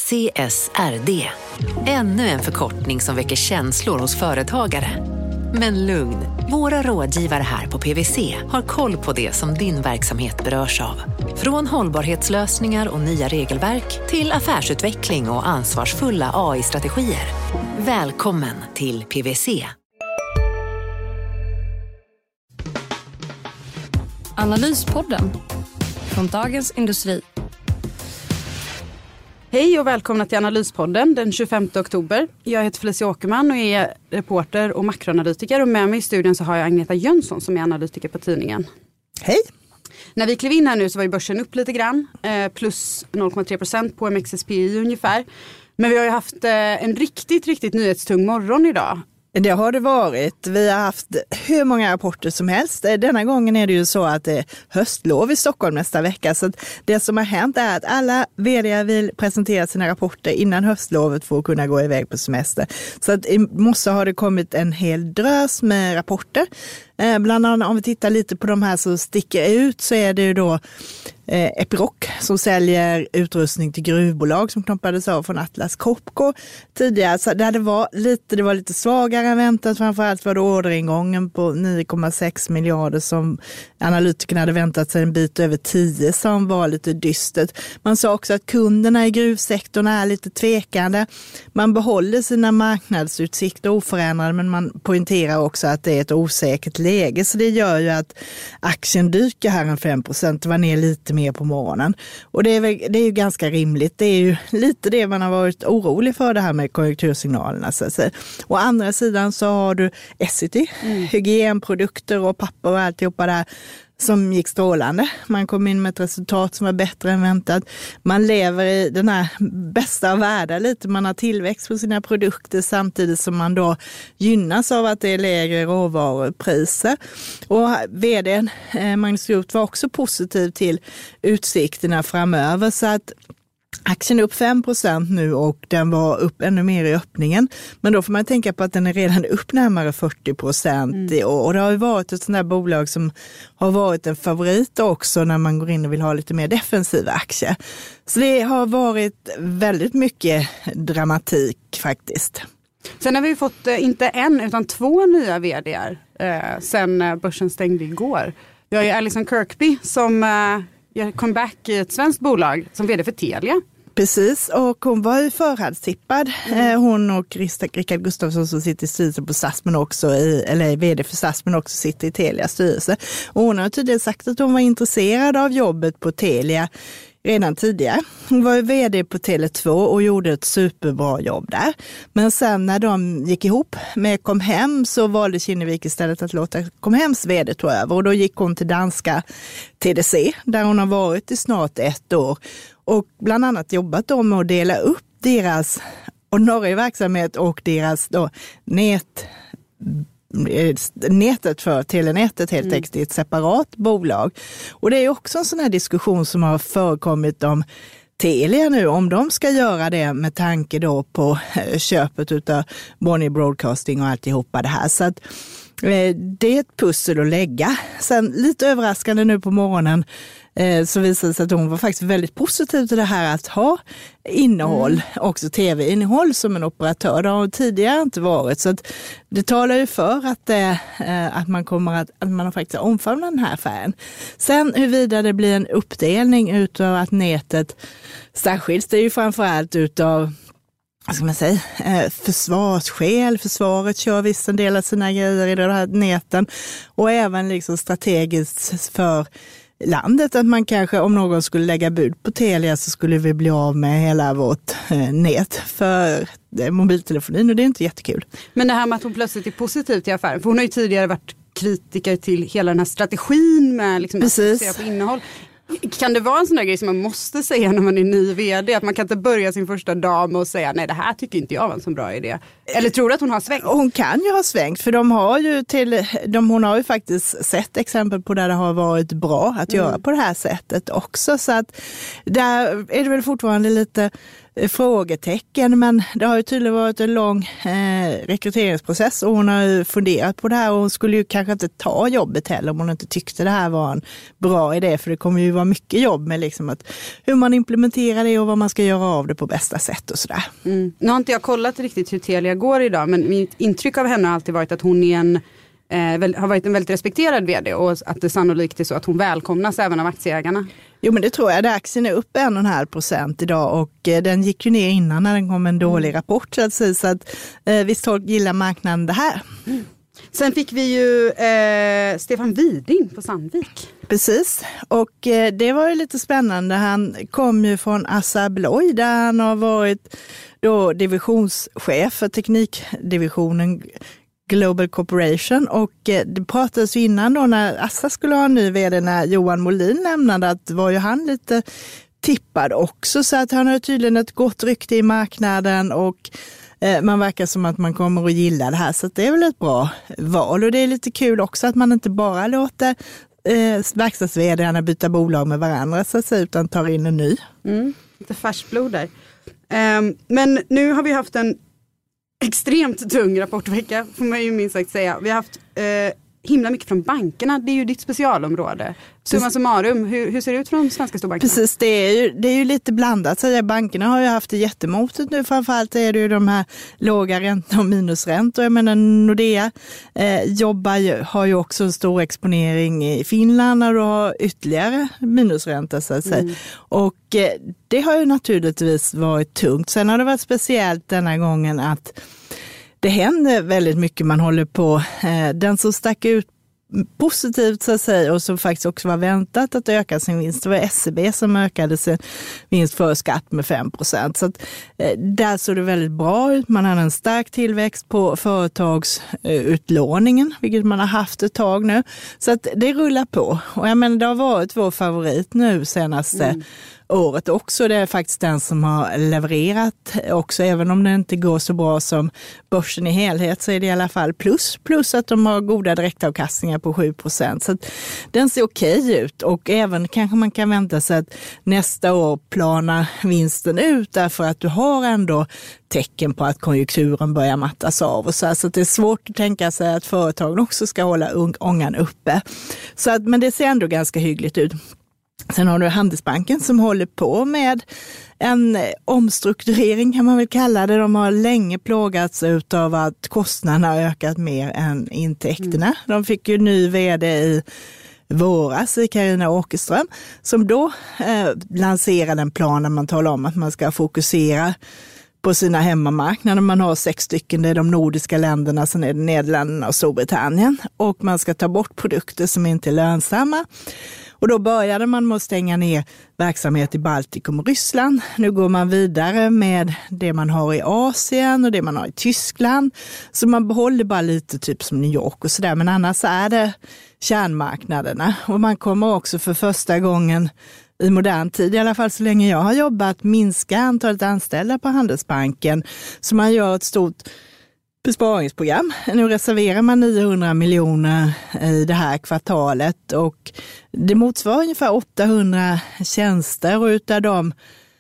CSRD. Ännu en förkortning som väcker känslor hos företagare. Men lugn, våra rådgivare här på PwC har koll på det som din verksamhet berörs av. Från hållbarhetslösningar och nya regelverk till affärsutveckling och ansvarsfulla AI-strategier. Välkommen till PwC. Analyspodden från Dagens Industri. Hej och välkomna till Analyspodden den 25 oktober. Jag heter Felicia Åkerman och är reporter och makroanalytiker. Och med mig i studion så har jag Agneta Jönsson som är analytiker på tidningen. Hej! När vi klev in här nu så var ju börsen upp lite grann. Plus 0,3% på MXSPI ungefär. Men vi har ju haft en riktigt nyhetstung morgon idag. Det har det varit. Vi har haft hur många rapporter som helst. Denna gången är det ju så att det är höstlov i Stockholm nästa vecka. Så att det som har hänt är att alla vd vill presentera sina rapporter innan höstlovet för att kunna gå iväg på semester. Så att i morse har det kommit en hel drös med rapporter. Bland annat om vi tittar lite på de här som sticker ut så är det ju då Epiroc som säljer utrustning till gruvbolag som knoppades av från Atlas Copco tidigare. Så det var lite svagare än väntat. Framförallt var det orderingången på 9,6 miljarder som analytikerna hade väntat sig en bit över 10 som var lite dystert. Man sa också att kunderna i gruvsektorn är lite tvekande. Man behåller sina marknadsutsikter oförändrade men man poängterar också att det är ett osäkert läge. Så det gör ju att aktien dyker här en 5%. Det var ner lite mer på morgonen. Och det är ju ganska rimligt. Det är ju lite det man har varit orolig för det här med konjunktursignalerna. Å andra sidan så har du Essity, hygienprodukter och papper och alltihopa där som gick strålande. Man kom in med ett resultat som var bättre än väntat. Man lever i den här bästa av världar lite. Man har tillväxt på sina produkter samtidigt som man då gynnas av att det är lägre råvarupriser. Och vdn Magnus Groth var också positiv till utsikterna framöver så att aktien är upp 5% nu och den var upp ännu mer i öppningen. Men då får man tänka på att den är redan upp närmare 40% i år. Och det har ju varit ett sånt där bolag som har varit en favorit också när man går in och vill ha lite mer defensiva aktier. Så det har varit väldigt mycket dramatik faktiskt. Sen har vi fått inte en utan 2 nya vd:ar sen börsen stängde igår. Vi har ju Alison Kirkby som gör comeback i ett svenskt bolag som vd för Telia. Precis, och hon var ju förhandstippad. Hon och Rickard Gustafsson som sitter i styrelsen på SAS men också eller vd för SAS men också sitter i Telias styrelse. Och hon har tidigare sagt att hon var intresserad av jobbet på Telia redan tidigare. Hon var ju vd på Tele2 och gjorde ett superbra jobb där. Men sen när de gick ihop med Comhem så valde Kinnevik istället att låta Comhems vd ta över. Och då gick hon till danska TDC där hon har varit i snart 1 år. Och bland annat jobbat då med att dela upp deras ordinarie verksamhet och deras då nätet för telenätet helt enkelt i ett separat bolag. Och det är också en sån här diskussion som har förekommit om Telia nu, om de ska göra det med tanke då på köpet utav Bonnier Broadcasting och alltihopa det här. Så att det är ett pussel att lägga. Sen lite överraskande nu på morgonen så visade det sig att hon var faktiskt väldigt positiv till det här att ha innehåll, också tv-innehåll som en operatör. Det har hon tidigare inte varit. Så att det talar ju för att man har faktiskt omfamnat den här affären. Sen huruvida det blir en uppdelning utav att nätet särskilt, det är ju framförallt utav försvarsskäl. Försvaret kör vissa del av sina grejer i den här näten och även liksom strategiskt för landet att man kanske om någon skulle lägga bud på Telia så skulle vi bli av med hela vårt nät för mobiltelefonin och det är inte jättekul. Men det här med att hon plötsligt är positiv till affären, för hon har ju tidigare varit kritiker till hela den här strategin med liksom att fokusera på innehåll. Kan det vara en sån där grej som man måste säga när man är ny vd? Att man kan inte börja sin första dag med att säga nej, det här tycker inte jag var en så bra idé. Eller tror du att hon har svängt? Hon kan ju ha svängt för hon har ju faktiskt sett exempel på där det har varit bra att göra på det här sättet också. Så att där är det väl fortfarande lite frågetecken, men det har ju tydligen varit en lång rekryteringsprocess och hon har ju funderat på det här och hon skulle ju kanske inte ta jobbet heller om hon inte tyckte det här var en bra idé, för det kommer ju vara mycket jobb med liksom att hur man implementerar det och vad man ska göra av det på bästa sätt och sådär. Nu har inte jag kollat riktigt hur Telia går idag, men mitt intryck av henne har alltid varit att hon är har varit en väldigt respekterad vd och att det sannolikt är så att hon välkomnas även av aktieägarna. Jo, men det tror jag. Aktien är upp 1,5% idag och den gick ju ner innan när den kom en dålig rapport. Så att visst gillar marknaden det här. Sen fick vi ju Stefan Widing på Sandvik. Precis, och det var ju lite spännande. Han kom ju från Assa Abloy där han har varit då divisionschef för teknikdivisionen Global Corporation, och det pratades innan då när Assa skulle ha en ny vd när Johan Molin lämnade att var ju han lite tippad också, så att han har tydligen ett gott rykte i marknaden och man verkar som att man kommer att gilla det här, så att det är väl ett bra val. Och det är lite kul också att man inte bara låter verkstads-vdarna byta bolag med varandra så att säga, utan tar in en ny. Lite färsblod där. Men nu har vi haft en extremt tung rapportvecka, får man ju minst sagt säga. Vi har haft himla mycket från bankerna, det är ju ditt specialområde. Summa summarum, hur ser det ut från svenska storbankerna? Precis, det är ju lite blandat. Så bankerna har ju haft det jättemotigt nu, framförallt är det ju de här låga räntor och minusräntor. Jag menar Nordea har ju också en stor exponering i Finland och då har ytterligare minusränta så att säga. Och det har ju naturligtvis varit tungt. Sen har det varit speciellt denna gången att det händer väldigt mycket, man håller på. Den som stack ut positivt så att säga och som faktiskt också var väntat att öka sin vinst, det var SEB som ökade sin vinst för skatt med 5%. Så att där såg det väldigt bra ut. Man hade en stark tillväxt på företagsutlåningen, vilket man har haft ett tag nu. Så att det rullar på. Och jag menar, det har varit vår favorit nu senaste året också. Det är faktiskt den som har levererat också, även om det inte går så bra som börsen i helhet, så är det i alla fall plus att de har goda direktavkastningar på 7%. Så att den ser okej ut, och även kanske man kan vänta sig att nästa år planar vinsten ut, därför att du har ändå tecken på att konjunkturen börjar mattas av och så att det är svårt att tänka sig att företagen också ska hålla ångan uppe. Så att, men det ser ändå ganska hyggligt ut. Sen har du Handelsbanken som håller på med en omstrukturering, kan man väl kalla det. De har länge plågats ut av att kostnaderna har ökat mer än intäkterna. De fick ju ny vd i våras, Carina Åkerström, som då lanserade en plan där man talar om att man ska fokusera på sina hemmamarknader. Man har 6 stycken, det är de nordiska länderna, sen är det Nederländerna och Storbritannien, och man ska ta bort produkter som inte är lönsamma. Och då började man med att stänga ner verksamhet i Baltikum och Ryssland. Nu går man vidare med det man har i Asien och det man har i Tyskland. Så man behåller bara lite typ som New York och sådär. Men annars är det kärnmarknaderna. Och man kommer också för första gången i modern tid, i alla fall så länge jag har jobbat, minska antalet anställda på Handelsbanken. Så man gör ett stort besparingsprogram. Nu reserverar man 900 miljoner i det här kvartalet, och det motsvarar ungefär 800 tjänster, och utav dem,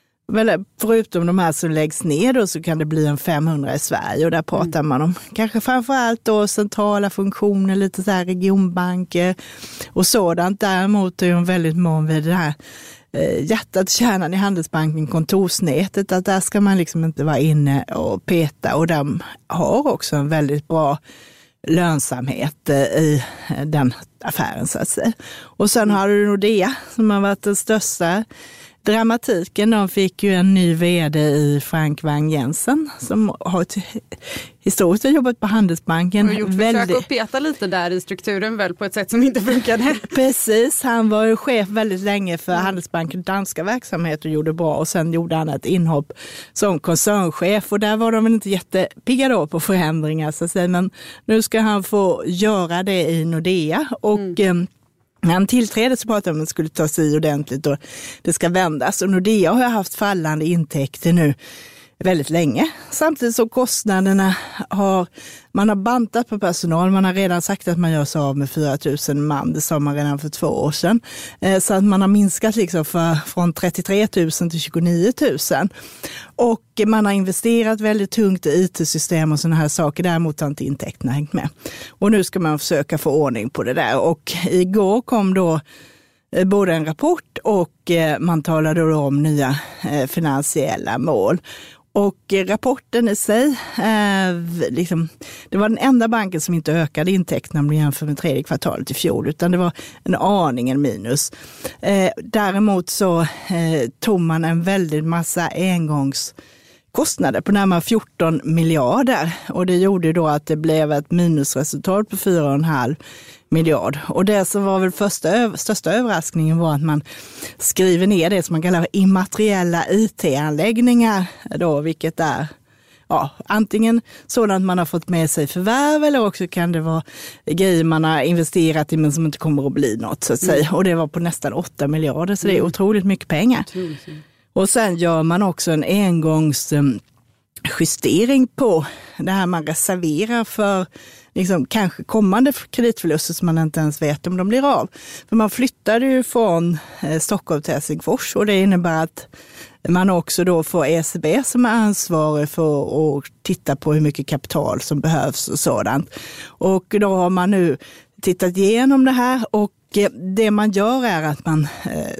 förutom de här som läggs ner då, så kan det bli en 500 i Sverige, och där pratar man om kanske framförallt då centrala funktioner, lite så här regionbanker och sådant. Däremot är de väldigt mån vid det här hjärtat, kärnan i Handelsbanken, kontorsnätet, att där ska man liksom inte vara inne och peta, och de har också en väldigt bra lönsamhet i den affären så att säga. Och sen har du Nordea som har varit den största dramatiken. De fick ju en ny vd i Frank Wang Jensen som har historiskt jobbat på Handelsbanken. Och gjort försök att peta lite där i strukturen väl på ett sätt som inte funkade. Precis, han var ju chef väldigt länge för Handelsbanken danska verksamhet och gjorde bra, och sen gjorde han ett inhopp som koncernchef, och där var de väl inte jättepigga då på förändringar så att säga, men nu ska han få göra det i Nordea, och när han tillträdde så pratade om att det skulle ta sig ordentligt och det ska vändas. Och Nordea har haft fallande intäkter nu väldigt länge. Samtidigt så kostnaderna man har bantat på personal. Man har redan sagt att man gör sig av med 4 000 man. Det sa man redan för 2 år sedan. Så att man har minskat liksom från 33 000 till 29 000. Och man har investerat väldigt tungt i IT-system och sådana här saker. Däremot har inte intäkterna hängt med. Och nu ska man försöka få ordning på det där. Och igår kom då både en rapport och man talade då om nya finansiella mål. Och rapporten i sig, det var den enda banken som inte ökade intäkterna om du jämför med 3:e kvartalet i fjol, utan det var en aningen minus. Däremot så tog man en väldigt massa engångskostnader på närmare 14 miljarder och det gjorde då att det blev ett minusresultat på 4,5 miljard. Och det som var väl största överraskningen var att man skriver ner det som man kallar immateriella IT-anläggningar då, vilket är antingen sådant man har fått med sig förvärv eller också kan det vara grejer man har investerat i men som inte kommer att bli något så att säga. Och det var på nästan 8 miljarder så det är otroligt mycket pengar. Och sen gör man också en engångsjustering på det här man reserverar för kanske kommande kreditförluster som man inte ens vet om de blir av. För man flyttade ju från Stockholm till Helsingfors och det innebär att man också då får ECB som är ansvarig för att titta på hur mycket kapital som behövs och sådant. Och då har man nu tittat igenom det här och det man gör är att man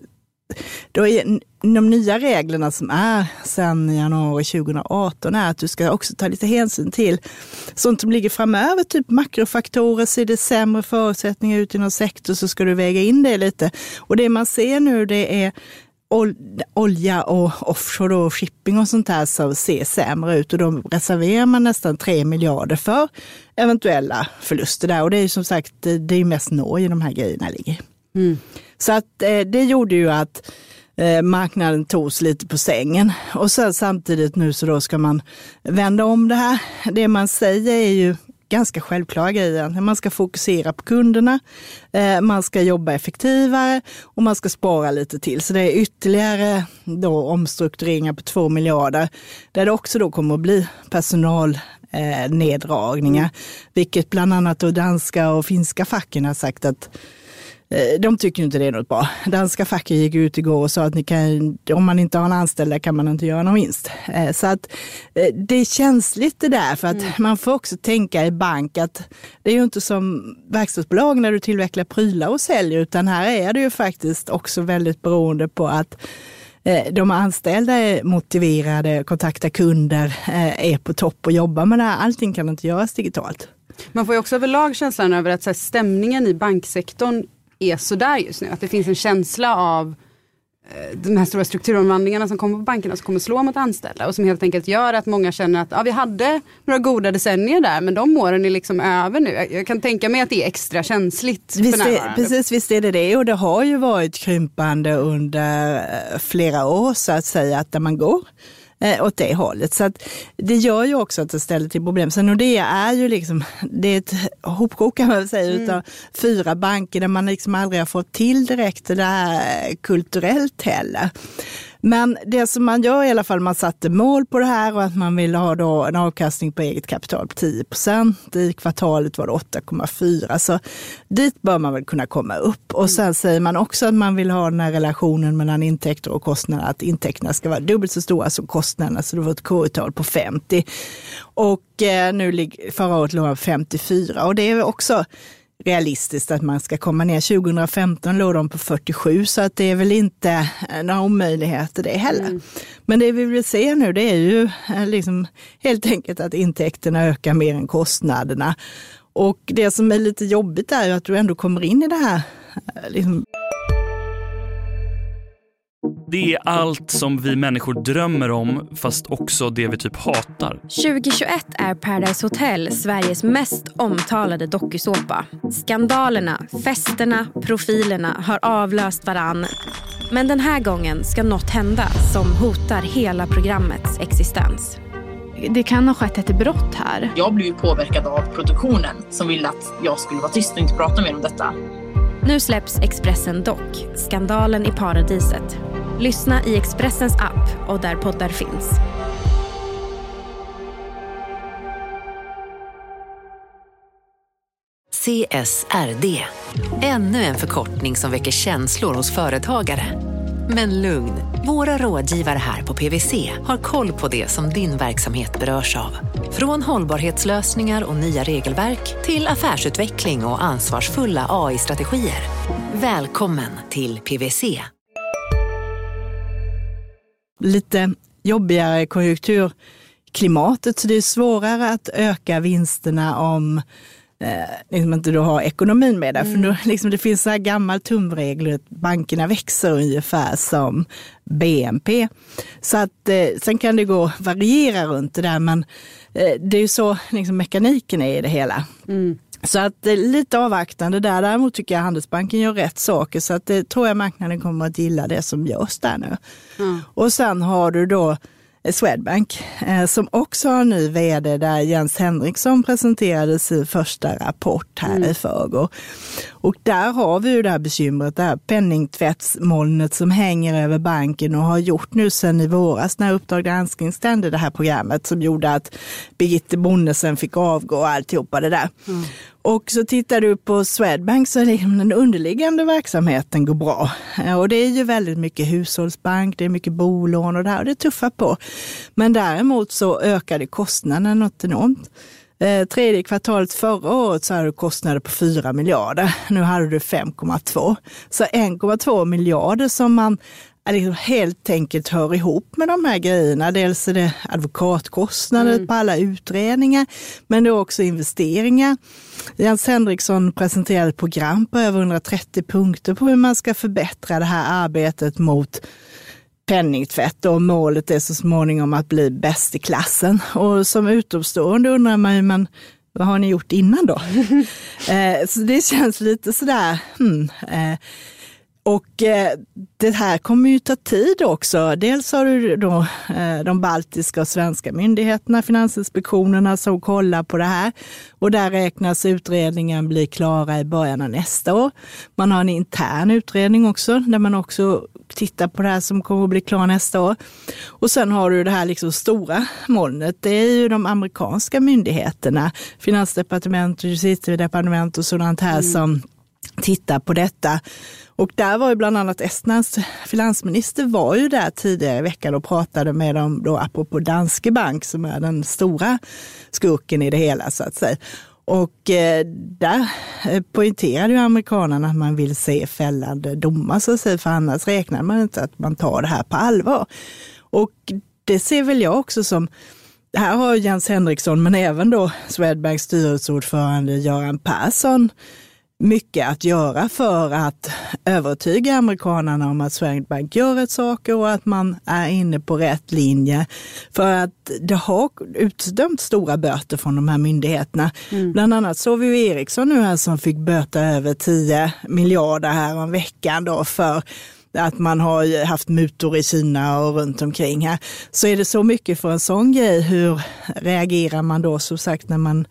då är de nya reglerna som är sedan januari 2018 är att du ska också ta lite hänsyn till sånt som ligger framöver, typ makrofaktorer, ser det sämre förutsättningar ut i någon sektor så ska du väga in det lite. Och det man ser nu det är olja och offshore och shipping och sånt här som ser sämre ut och då reserverar man nästan 3 miljarder för eventuella förluster där och det är ju som sagt det är mest Norge de här grejerna ligger. Så att det gjorde ju att marknaden togs lite på sängen och sen samtidigt nu så då ska man vända om det här. Det man säger är ju ganska självklara grejer. Man ska fokusera på kunderna, man ska jobba effektivare och man ska spara lite till. Så det är ytterligare då omstruktureringar på 2 miljarder där det också då kommer att bli personalneddragningar. Vilket bland annat då danska och finska facken har sagt att de tycker inte det är något bra. Danska facket gick ut igår och sa att om man inte har en anställd kan man inte göra någon vinst. Så att det känns lite där för att man får också tänka i bank att det är ju inte som verkstadsbolag när du tillverkar prylar och säljer utan här är det ju faktiskt också väldigt beroende på att de anställda är motiverade, kontaktar kunder, är på topp och jobbar med det här. Allting kan inte göras digitalt. Man får ju också överlag känslan över att så här, stämningen i banksektorn är så där just nu. Att det finns en känsla av de här stora strukturomvandlingarna som kommer på bankerna som kommer slå mot anställda och som helt enkelt gör att många känner att vi hade några goda decennier där men de åren är liksom över nu. Jag kan tänka mig att det är extra känsligt för närvarande. Precis, visst är det och det har ju varit krympande under flera år så att säga att där man går åt det hållet. Så att det gör ju också att det ställer till problem. Sen Nordea är ju liksom, det är ett hopkok kan man väl säga utav 4 banker där man liksom aldrig har fått till direkt det där kulturellt heller. Men det som man gör i alla fall, man satte mål på det här och att man vill ha då en avkastning på eget kapital på 10%. I kvartalet var det 8,4. Så dit bör man väl kunna komma upp. Och sen säger man också att man vill ha den här relationen mellan intäkter och kostnader. Att intäkterna ska vara dubbelt så stora som kostnaderna. Så det var ett K-tal på 50. Och nu förra året låg man 54. Och det är också realistiskt att man ska komma ner. 2015 låg de på 47 så att det är väl inte några omöjligheter det heller. Men det vi vill se nu det är ju liksom helt enkelt att intäkterna ökar mer än kostnaderna. Och det som är lite jobbigt är ju att du ändå kommer in i det här liksom. Det är allt som vi människor drömmer om, fast också det vi typ hatar. 2021 är Paradise Hotel Sveriges mest omtalade dokusåpa. Skandalerna, festerna, profilerna har avlöst varann. Men den här gången ska något hända som hotar hela programmets existens. Det kan ha skett ett brott här. Jag blev ju påverkad av produktionen som ville att jag skulle vara tyst och inte prata mer om detta. Nu släpps Expressen Dock, skandalen i paradiset. Lyssna i Expressens app och där poddar finns. CSRD. Ännu en förkortning som väcker känslor hos företagare. Men lugn, våra rådgivare här på PwC har koll på det som din verksamhet berörs av. Från hållbarhetslösningar och nya regelverk till affärsutveckling och ansvarsfulla AI-strategier. Välkommen till PwC. Lite jobbigare konjunkturklimatet, så det är svårare att öka vinsterna om liksom inte du har ekonomin med det. För då, liksom, det finns så här gammal tumregler att bankerna växer ungefär som BNP. Så att sen kan det gå variera runt det där, men det är ju så liksom, mekaniken är i det hela. Så att lite avvaktande där. Däremot tycker jag Handelsbanken gör rätt saker, så att det tror jag marknaden kommer att gilla det som görs där nu. Och sen har du då Swedbank som också har ny vd, där Jens Henriksson presenterade sin första rapport här i förrgår. Och där har vi ju det här bekymret, det här penningtvättsmolnet som hänger över banken och har gjort nu sedan i våras när Uppdrag granskning ställde det här programmet som gjorde att Birgitte Bonnesen fick avgå och alltihopa det där. Och så tittar du på Swedbank så är liksom den underliggande verksamheten går bra. Och det är ju väldigt mycket hushållsbank, det är mycket bolån och det här, och det är tuffa på. Men däremot så ökade kostnaden något enormt. Tredje kvartalet förra året så hade du kostnader på 4 miljarder. Nu hade du 5,2. Så 1,2 miljarder som man liksom helt enkelt hör ihop med de här grejerna. Dels är det advokatkostnader på alla utredningar, men det är också investeringar. Jens Henriksson presenterade ett program på över 130 punkter på hur man ska förbättra det här arbetet mot penningtvätt, och målet är så småningom att bli bäst i klassen. Och som utomstående undrar man ju, men vad har ni gjort innan då? Så det känns lite sådär... Och det här kommer ju ta tid också. Dels har du då de baltiska och svenska myndigheterna, finansinspektionerna som kollar på det här. Och där räknas utredningen bli klara i början av nästa år. Man har en intern utredning också där man också tittar på det här som kommer att bli klar nästa år. Och sen har du det här liksom stora molnet. Det är ju de amerikanska myndigheterna, Finansdepartement och Justitiedepartement och sådant här som tittar på detta. Och där var ju bland annat Estlands finansminister var ju där tidigare i veckan och pratade med dem då apropå Danske Bank som är den stora skurken i det hela så att säga. Och där poängterade ju amerikanerna att man vill se fällande domar så att säga, för annars räknar man inte att man tar det här på allvar. Och det ser väl jag också som, här har Jens Henriksson men även då Swedbanks styrelseordförande Göran Persson mycket att göra för att övertyga amerikanerna om att Swedbank gör rätt saker och att man är inne på rätt linje. För att det har utdömt stora böter från de här myndigheterna. Bland annat så vi ju Ericsson nu här som fick böta över 10 miljarder här om veckan då för att man har haft mutor i Kina och runt omkring här. Så är det så mycket för en sån grej, hur reagerar man då som sagt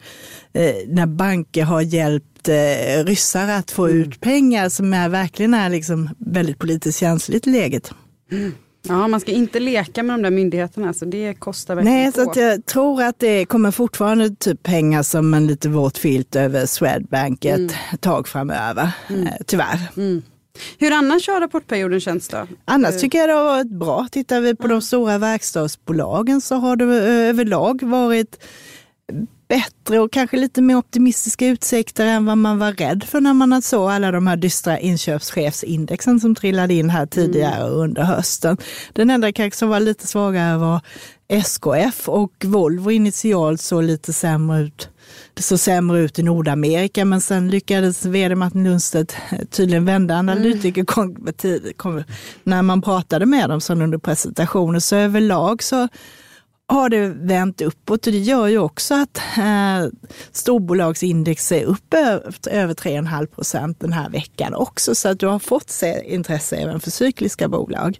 när banker har hjälpt ryssar att få ut pengar som verkligen är liksom väldigt politiskt känsligt i läget. Ja, man ska inte leka med de där myndigheterna, så det kostar verkligen. Nej, så att jag tror att det kommer fortfarande typ pengar som en lite våt filt över Swedbank ett tag framöver, tyvärr. Hur annars har rapportperioden känns då? Annars tycker jag det har varit bra. Tittar vi på de stora verkstadsbolagen så har det överlag varit bättre och kanske lite mer optimistiska utsikter än vad man var rädd för när man såg alla de här dystra inköpschefsindexen som trillade in här tidigare under hösten. Den enda kanske som var lite svagare var SKF, och Volvo initialt såg lite sämre ut. Det såg sämre ut i Nordamerika, men sen lyckades vd Martin Lundstedt tydligen vända analytiker när man pratade med dem som under presentationen. Så överlag så har det vänt uppåt, och det gör ju också att storbolagsindex är upp över 3,5% den här veckan också, så att du har fått se intresse även för cykliska bolag.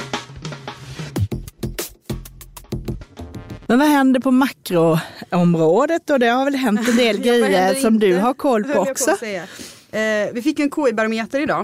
Men vad händer på makroområdet? Och det har väl hänt en del grejer som du har koll på också. Vi fick en KI-barometer idag.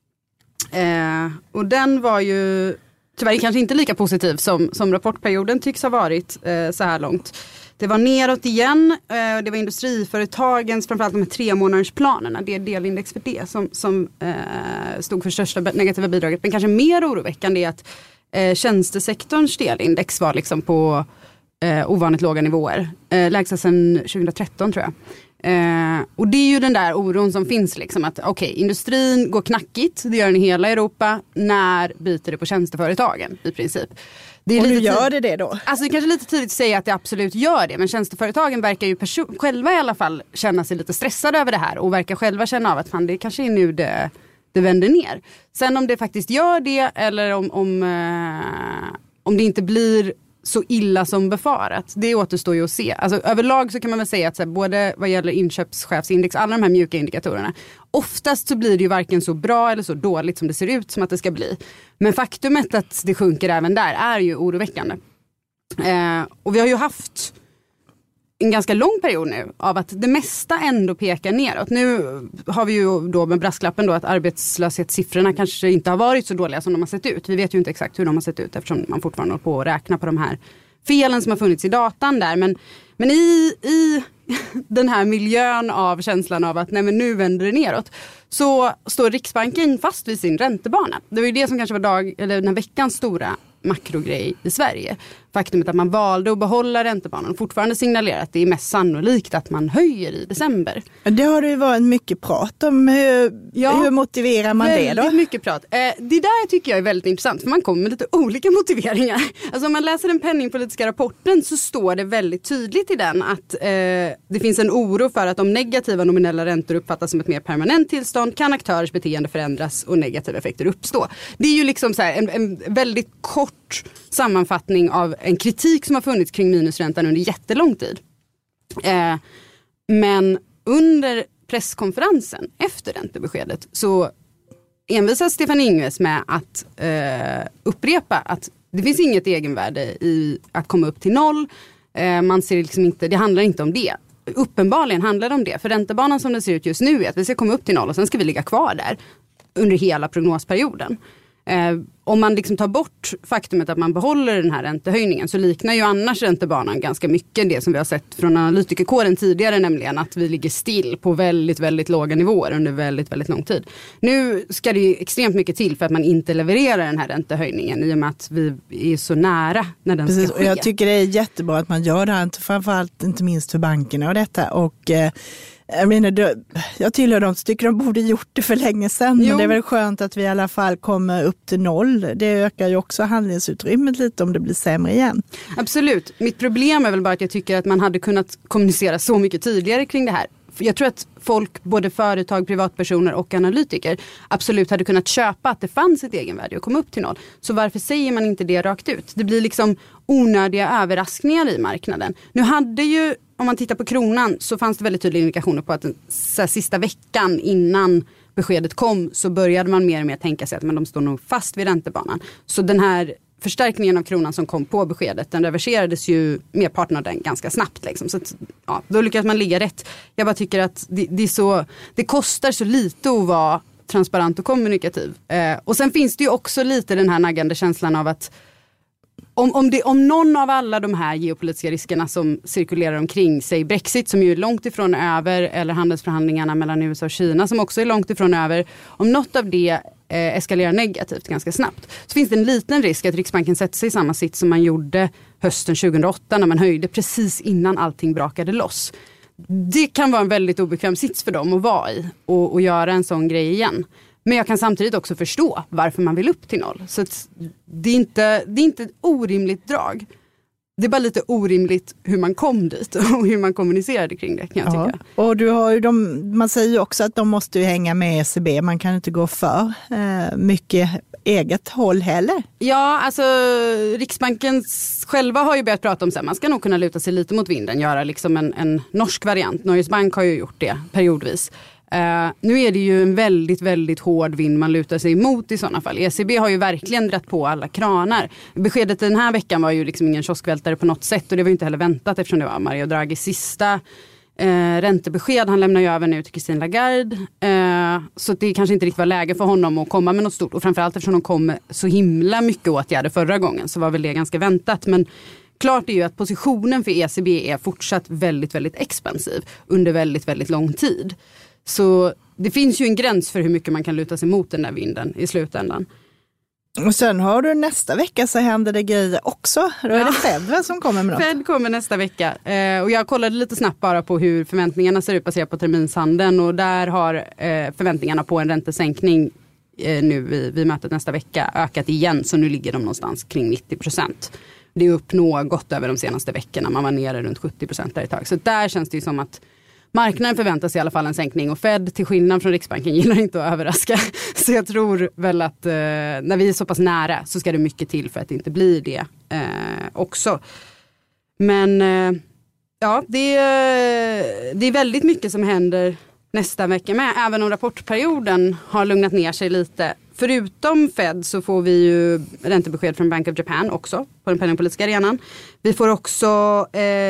Och den var ju tyvärr kanske inte lika positiv som rapportperioden tycks ha varit så här långt. Det var neråt igen. Det var industriföretagens, framförallt de här 3-månadersplanerna. Det är delindex för det som stod för största negativa bidraget. Men kanske mer oroväckande är att tjänstesektorns delindex var liksom på ovanligt låga nivåer. Lägsta sedan 2013 tror jag. Och det är ju den där oron som finns liksom att industrin går knackigt, det gör den i hela Europa, när byter det på tjänsteföretagen i princip. Det är och lite nu gör det då? Alltså det är kanske lite tidigt att säga att det absolut gör det, men tjänsteföretagen verkar ju själva i alla fall känna sig lite stressade över det här och verkar själva känna av att fan, det kanske är nu det vänder ner. Sen om det faktiskt gör det eller om det inte blir så illa som befarat, det återstår ju att se. Alltså överlag så kan man väl säga att så här, både vad gäller inköpschefsindex, alla de här mjuka indikatorerna, oftast så blir det ju varken så bra eller så dåligt som det ser ut som att det ska bli. Men faktumet att det sjunker även där är ju oroväckande. Och vi har ju haft en ganska lång period nu av att det mesta ändå pekar neråt. Nu har vi ju då med brasklappen då att arbetslöshetssiffrorna kanske inte har varit så dåliga som de har sett ut. Vi vet ju inte exakt hur de har sett ut eftersom man fortfarande håller på att räkna på de här felen som har funnits i datan där. Men i den här miljön av känslan av att nej, men nu vänder det neråt, så står Riksbanken fast vid sin räntebana. Det var ju det som kanske var den här veckans stora makrogrej i Sverige. Faktumet att man valde att behålla räntebanan och fortfarande signalerar att det är mest sannolikt att man höjer i december. Det har det ju varit mycket prat om. Hur motiverar man det då? Väldigt mycket prat. Det där tycker jag är väldigt intressant, för man kommer med lite olika motiveringar. Alltså om man läser den penningpolitiska rapporten så står det väldigt tydligt i den att det finns en oro för att om negativa nominella räntor uppfattas som ett mer permanent tillstånd kan aktörers beteende förändras och negativa effekter uppstå. Det är ju liksom så här en väldigt kort sammanfattning av en kritik som har funnits kring minusräntan under jättelång tid. Men under presskonferensen efter räntebeskedet så envisas Stefan Ingves med att upprepa att det finns inget egenvärde i att komma upp till noll. Man ser liksom inte, det handlar inte om det. Uppenbarligen handlar det om det. För räntebanan som den ser ut just nu är att vi ska komma upp till noll och sen ska vi ligga kvar där under hela prognosperioden. Om man liksom tar bort faktumet att man behåller den här räntehöjningen så liknar ju annars räntebanan ganska mycket det som vi har sett från analytikerkåren tidigare, nämligen att vi ligger still på väldigt, väldigt låga nivåer under väldigt, väldigt lång tid. Nu ska det ju extremt mycket till för att man inte levererar den här räntehöjningen i och med att vi är så nära när den ska ske. Och jag tycker det är jättebra att man gör det här, framförallt inte minst för bankerna och detta, och jag tillhör de som tycker de borde gjort det för länge sedan. Men det är väl skönt att vi i alla fall kommer upp till noll. Det ökar ju också handlingsutrymmet lite om det blir sämre igen. Absolut. Mitt problem är väl bara att jag tycker att man hade kunnat kommunicera så mycket tidigare kring det här. Jag tror att folk, både företag, privatpersoner och analytiker absolut hade kunnat köpa att det fanns ett egenvärde och komma upp till noll. Så varför säger man inte det rakt ut? Det blir liksom onödiga överraskningar i marknaden. Nu hade ju, om man tittar på kronan, så fanns det väldigt tydliga indikationer på att den sista veckan innan beskedet kom så började man mer och mer tänka sig att men de står nog fast vid räntebanan. Så den här förstärkningen av kronan som kom på beskedet, den reverserades ju merparten av den ganska snabbt. Liksom. Så att, ja, då lyckades man ligga rätt. Jag bara tycker att det kostar så lite att vara transparent och kommunikativ. Och sen finns det ju också lite den här naggande känslan av att om någon av alla de här geopolitiska riskerna som cirkulerar omkring, säg Brexit som ju är långt ifrån över, eller handelsförhandlingarna mellan USA och Kina som också är långt ifrån över, om något av det eskalerar negativt ganska snabbt, så finns det en liten risk att Riksbanken sätter sig i samma sitt som man gjorde hösten 2008 när man höjde precis innan allting brakade loss. Det kan vara en väldigt obekväm sits för dem att vara i och göra en sån grej igen. Men jag kan samtidigt också förstå varför man vill upp till noll. Så att det är inte ett orimligt drag. Det är bara lite orimligt hur man kom dit och hur man kommunicerade kring det, kan jag tycka. Och du har ju man säger ju också att de måste ju hänga med ECB. Man kan inte gå för mycket eget håll heller. Ja, alltså Riksbanken själva har ju börjat prata om så här, man ska nog kunna luta sig lite mot vinden, göra liksom en norsk variant. Norges Bank har ju gjort det periodvis. Nu är det ju en väldigt, väldigt hård vind man lutar sig emot i sådana fall. ECB har ju verkligen dratt på alla kranar. Beskedet den här veckan var ju liksom ingen kioskvältare på något sätt, och det var ju inte heller väntat eftersom det var Mario Draghis sista räntebesked. Han lämnar ju över nu till Christine Lagarde. Så det kanske inte riktigt var läge för honom att komma med något stort. Och framförallt eftersom de kom med så himla mycket åtgärder förra gången så var väl det ganska väntat. Men Klart är ju att positionen för ECB är fortsatt väldigt, väldigt expansiv under väldigt, väldigt lång tid. Så det finns ju en gräns för hur mycket man kan luta sig mot den där vinden i slutändan. Och sen har du nästa vecka så händer det grejer också. Då är det Fed som kommer med något. Fed kommer nästa vecka. Och jag kollade lite snabbt bara på hur förväntningarna ser ut baserat på terminshandeln. Och där har förväntningarna på en räntesänkning nu vid mötet nästa vecka ökat igen. Så nu ligger de någonstans kring 90%. Det är upp något över de senaste veckorna. Man var nere runt 70% där ett tag. Så där känns det ju som att marknaden förväntar sig i alla fall en sänkning. Och Fed, till skillnad från Riksbanken, gillar inte att överraska. Så jag tror väl att när vi är så pass nära så ska det mycket till för att det inte blir det också. Men ja, det är väldigt mycket som händer nästa vecka med. Även om rapportperioden har lugnat ner sig lite. Förutom Fed så får vi ju räntebesked från Bank of Japan också på den penningpolitiska arenan. Vi får också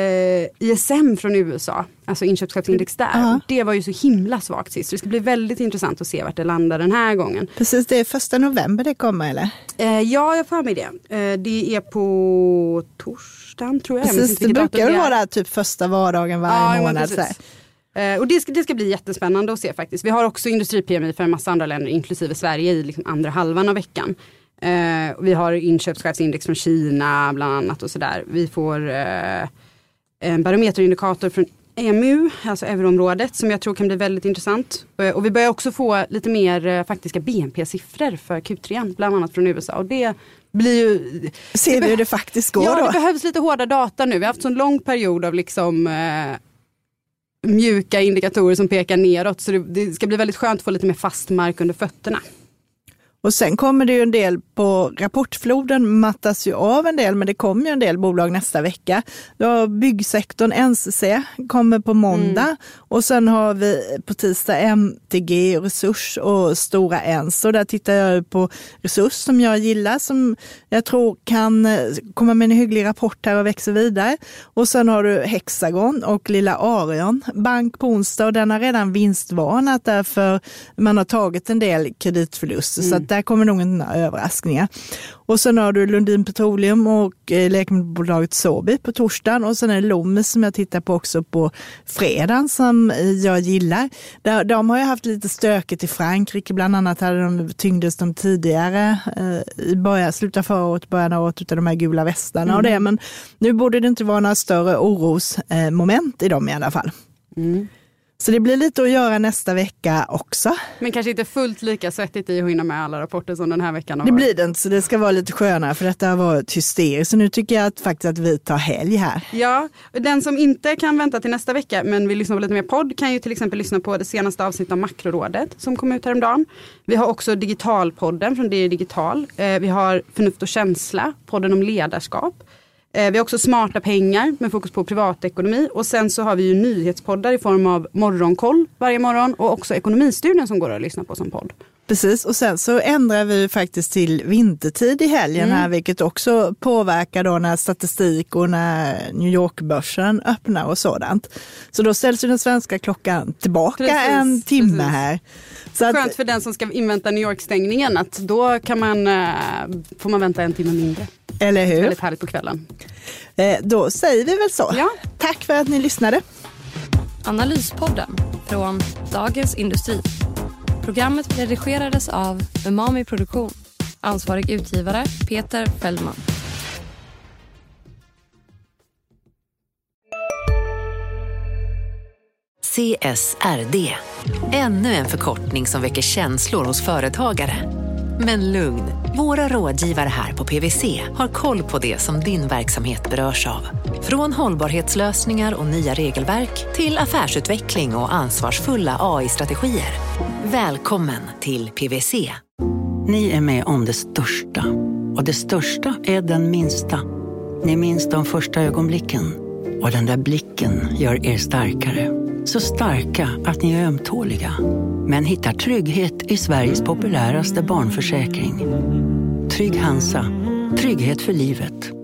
ISM från USA, alltså inköpschefsindex där. Ja. Det var ju så himla svagt sist. Så det ska bli väldigt intressant att se vart det landar den här gången. Precis, det är 1 november det kommer eller? Ja, jag får med det. Det är på torsdagen tror jag. Precis, det brukar väl vara typ första vardagen varje månad. Och det ska bli jättespännande att se faktiskt. Vi har också industri-PMI för en massa andra länder, inklusive Sverige, i liksom andra halvan av veckan. Vi har inköpschefsindex från Kina bland annat och sådär. Vi får en barometerindikator från EMU, alltså euroområdet, som jag tror kan bli väldigt intressant. Och vi börjar också få lite mer faktiska BNP-siffror för Q3, bland annat från USA. Och det blir ju... Ser vi hur det faktiskt går då? Ja, det behövs lite hårda data nu. Vi har haft så en lång period av liksom... mjuka indikatorer som pekar neråt, så det ska bli väldigt skönt att få lite mer fast mark under fötterna. Och sen kommer det ju en del på rapportfloden, mattas ju av en del, men det kommer ju en del bolag nästa vecka. Då har byggsektorn NCC kommer på måndag och sen har vi på tisdag MTG, Resurs och Stora Ens. Och där tittar jag på Resurs som jag gillar, som jag tror kan komma med en hygglig rapport här och växa vidare. Och sen har du Hexagon och Lilla Arion Bank på onsdag, och den har redan vinstvarnat därför man har tagit en del kreditförluster. Så att där kommer nog inte några överraskningar. Och sen har du Lundin Petroleum och läkemedelsbolaget Sobi på torsdagen. Och sen är det Loomis som jag tittar på också på fredagen som jag gillar. De har ju haft lite stöket i Frankrike. Bland annat tyngdes de tidigare i slutet av förra året, början av året utav de här gula västarna och det. Men nu borde det inte vara några större orosmoment i dem i alla fall. Så det blir lite att göra nästa vecka också. Men kanske inte fullt lika svettigt i att hinna med alla rapporter som den här veckan har Det varit. blir det inte, så det ska vara lite skönare för detta har varit hysteriskt. Så nu tycker jag faktiskt att vi tar helg här. Ja, den som inte kan vänta till nästa vecka men vill lyssna på lite mer podd kan ju till exempel lyssna på det senaste avsnittet av Makrorådet som kom ut häromdagen. Vi har också Digitalpodden från DI Digital. Vi har Förnuft och känsla, podden om ledarskap. Vi har också Smarta pengar med fokus på privatekonomi. Och sen så har vi ju nyhetspoddar i form av Morgonkoll varje morgon. Och också Ekonomistudien som går att lyssna på som podd. Precis, och sen så ändrar vi faktiskt till vintertid i helgen här, vilket också påverkar då när statistik och när New York-börsen öppnar och sådant. Så då ställs ju den svenska klockan tillbaka en timme här. Så skönt för den som ska invänta New York-stängningen att då kan får man vänta en timme mindre. Eller hur? Väldigt härligt på kvällen. Då säger vi väl så. Ja. Tack för att ni lyssnade. Analyspodden från Dagens Industri. Programmet redigerades av Umami Produktion. Ansvarig utgivare Peter Fällman. CSRD. Ännu en förkortning som väcker känslor hos företagare. Men lugn, våra rådgivare här på PwC har koll på det som din verksamhet berörs av. Från hållbarhetslösningar och nya regelverk till affärsutveckling och ansvarsfulla AI-strategier. Välkommen till PwC. Ni är med om det största. Och det största är den minsta. Ni minns de första ögonblicken. Och den där blicken gör er starkare. Så starka att ni är ömtåliga. Men hittar trygghet i Sveriges populäraste barnförsäkring. Trygg Hansa. Trygghet för livet.